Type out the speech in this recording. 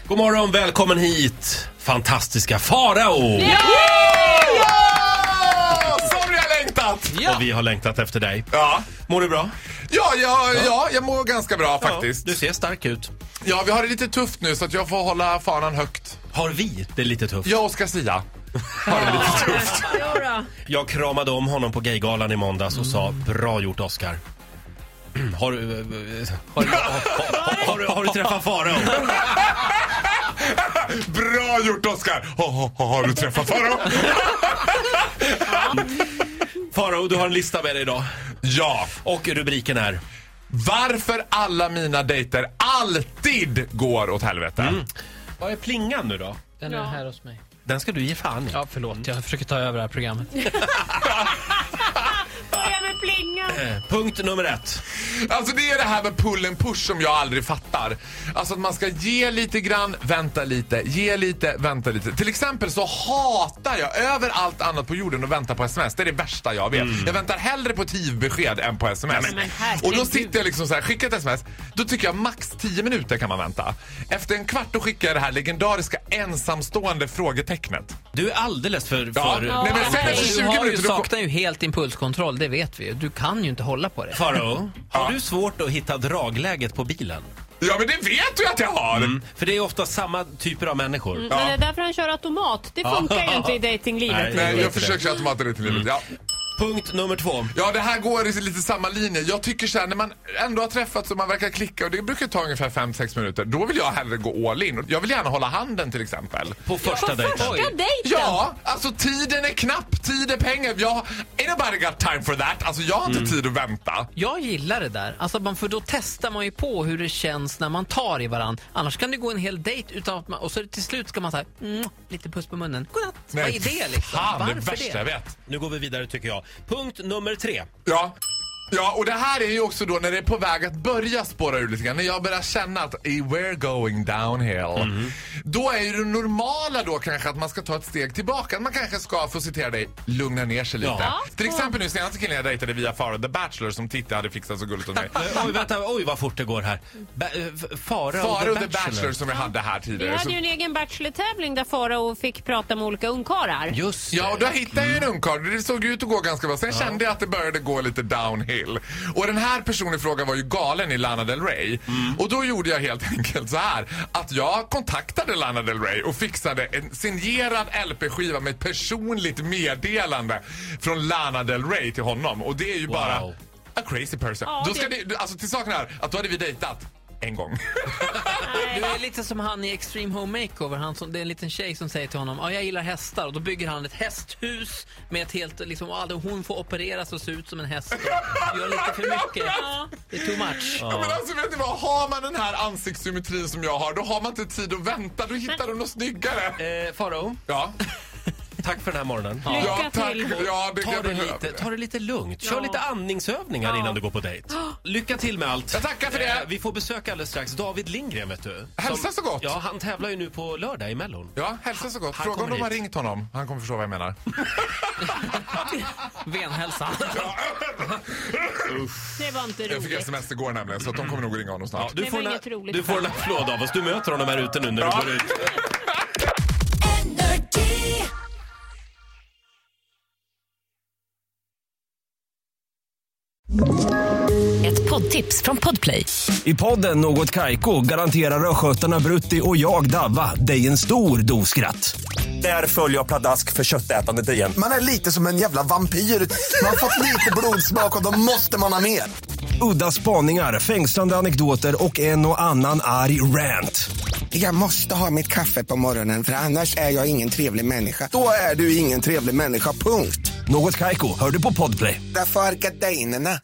God morgon, välkommen hit, fantastiska Farao! Ja! Som vi har längtat! Ja. Och vi har längtat efter dig. Ja. Mår du bra? Ja, jag mår ganska bra faktiskt. Du ser stark ut. Ja, vi har det lite tufft nu så att jag får hålla fanan högt. Har vi det lite tufft? Jag och Sia har det lite tufft. Jag kramade om honom på gaygalan i måndags och sa, bra gjort Oscar. Har du träffat Farao? Bra gjort Oscar. Har du träffat Farao? Farao, du har en lista med dig idag. Ja. Och rubriken är: varför alla mina dejter alltid går åt helvete. Vad är plingan nu då? Den är här hos mig. Den ska du ge fan i. Ja, förlåt. Jag försöker ta över det här programmet. Punkt nummer 1. Alltså det är det här med pull and push som jag aldrig fattar. Alltså att man ska ge lite grann, vänta lite, ge lite, vänta lite. Till exempel så hatar jag över allt annat på jorden att vänta på sms. Det är det värsta jag vet. Jag väntar hellre på ett hivbesked än på sms. Och då sitter jag liksom så här, skickar ett sms. Då tycker jag max 10 minuter kan man vänta. Efter en kvart då skickar jag det här legendariska ensamstående frågetecknet. Du är alldeles för... Nej, men sen efter 20 Du minuter saknar ju helt impulskontroll, det vet vi ju. Du kan ju inte hålla på det. Farao, har du svårt att hitta dragläget på bilen? Ja, men det vet du att jag har. För det är ofta samma typer av människor. Men det är därför han kör automat. Det funkar ju inte i datinglivet. Nej, jag försöker köra automater i livet. Ja. Punkt nummer 2. Ja, det här går i lite samma linje. Jag tycker så här, när man ändå har träffats och man verkar klicka och det brukar ta ungefär 5-6 minuter, då vill jag hellre gå all in. Jag vill gärna hålla handen till exempel. På första dejten. Ja, alltså tiden är knapp, tid är pengar. Ain't nobody got time for that. Alltså jag har inte tid att vänta. Jag gillar det där. Alltså för då testar man ju på hur det känns när man tar i varandra. Annars kan det gå en hel dejt utan att man, och så till slut ska man säga lite puss på munnen. Godnatt. Vad är det liksom? Fan, det varför värsta jag vet. Nu går vi vidare tycker jag. Punkt nummer 3. Ja, och det här är ju också då när det är på väg att börja spåra ur lite grann. När jag börjar känna att we're going downhill. Då är ju det normala då kanske att man ska ta ett steg tillbaka. Man kanske ska, få citera dig, lugna ner sig lite. Ja. Till exempel nu senaste killen jag dejtade via Farao The Bachelor som Titti hade fixat så gulligt åt mig. Oj vad fort det går här. Farao The Bachelor som vi hade här tidigare. Vi hade ju en egen bachelor-tävling där Farao fick prata med olika ungkarlar. Just det. Ja, och då hittade jag en ungkarl. Det såg ut att gå ganska bra. Sen kände jag att det började gå lite downhill. Och den här personen i fråga var ju galen i Lana Del Rey. Och då gjorde jag helt enkelt så här att jag kontaktade Lana Del Rey och fixade en signerad LP-skiva med ett personligt meddelande från Lana Del Rey till honom. Och det är ju bara a crazy person. Ja, då ska det, alltså till saken här, att då hade vi dejtat en gång. Du är lite som han i Extreme Home Makeover. Det är en liten tjej som säger till honom, jag gillar hästar. Och då bygger han ett hästhus med ett helt, liksom, hon får opereras och se ut som en häst. Och gör lite för mycket. Det är too much. Ja, men alltså vet ni vad, har man den här ansiktssymmetrin som jag har, då har man inte tid att vänta. Då hittar du något snyggare. Farao. Ja. Tack för den här morgonen. Lycka till. Ja, Ta det lite lugnt. Kör lite andningsövningar innan du går på dejt. Lycka till med allt. Jag tackar för det. Vi får besöka alldeles strax David Lindgren, vet du. Hälsa så gott. Ja, han tävlar ju nu på lördag i Mellon. Ja, hälsa så gott. Han Fråga om kommer de har hit. ringt honom. Han kommer förstå vad jag menar. Venhälsan. Det var inte Jag fick roligt. sms igår nämligen, så att de kommer nog ringa honom snart. Du Det får var inget roligt. du får en applåd av oss. Du möter honom här ute nu när du går ut. Ett poddtips från Podplay. I podden Något Kaiko garanterar röskötarna Brutti och jag Davva dig en stor dos skratt. Där följer jag pladask för köttätandet igen. Man är lite som en jävla vampyr. Man har fått lite blodsmak och då måste man ha mer. Udda spaningar, fängslande anekdoter och en och annan arg rant. Jag måste ha mitt kaffe på morgonen för annars är jag ingen trevlig människa. Då är du ingen trevlig människa, punkt. Något Kaiko, hör du på Podplay. Därför är gardinerna.